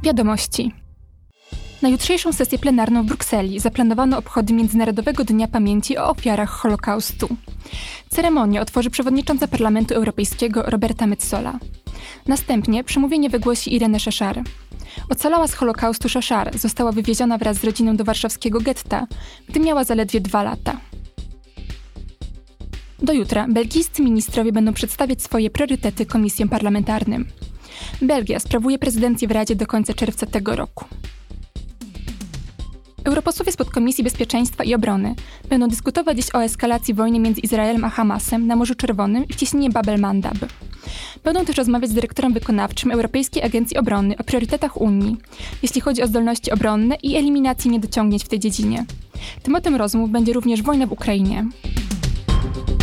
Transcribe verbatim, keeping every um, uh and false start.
Wiadomości. Na jutrzejszą sesję plenarną w Brukseli zaplanowano obchody Międzynarodowego Dnia Pamięci o ofiarach Holokaustu. Ceremonię otworzy przewodnicząca Parlamentu Europejskiego Roberta Metsola. Następnie przemówienie wygłosi Irene Szaszar. Ocalała z Holokaustu Szaszar została wywieziona wraz z rodziną do warszawskiego getta, gdy miała zaledwie dwa lata. Do jutra belgijscy ministrowie będą przedstawiać swoje priorytety komisjom parlamentarnym. Belgia sprawuje prezydencję w Radzie do końca czerwca tego roku. Europosłowie z Podkomisji Bezpieczeństwa i Obrony będą dyskutować dziś o eskalacji wojny między Izraelem a Hamasem na Morzu Czerwonym i w cieśninie Bab el-Mandab. Będą też rozmawiać z dyrektorem wykonawczym Europejskiej Agencji Obrony o priorytetach Unii, jeśli chodzi o zdolności obronne i eliminację niedociągnięć w tej dziedzinie. Tematem rozmów będzie również wojna w Ukrainie.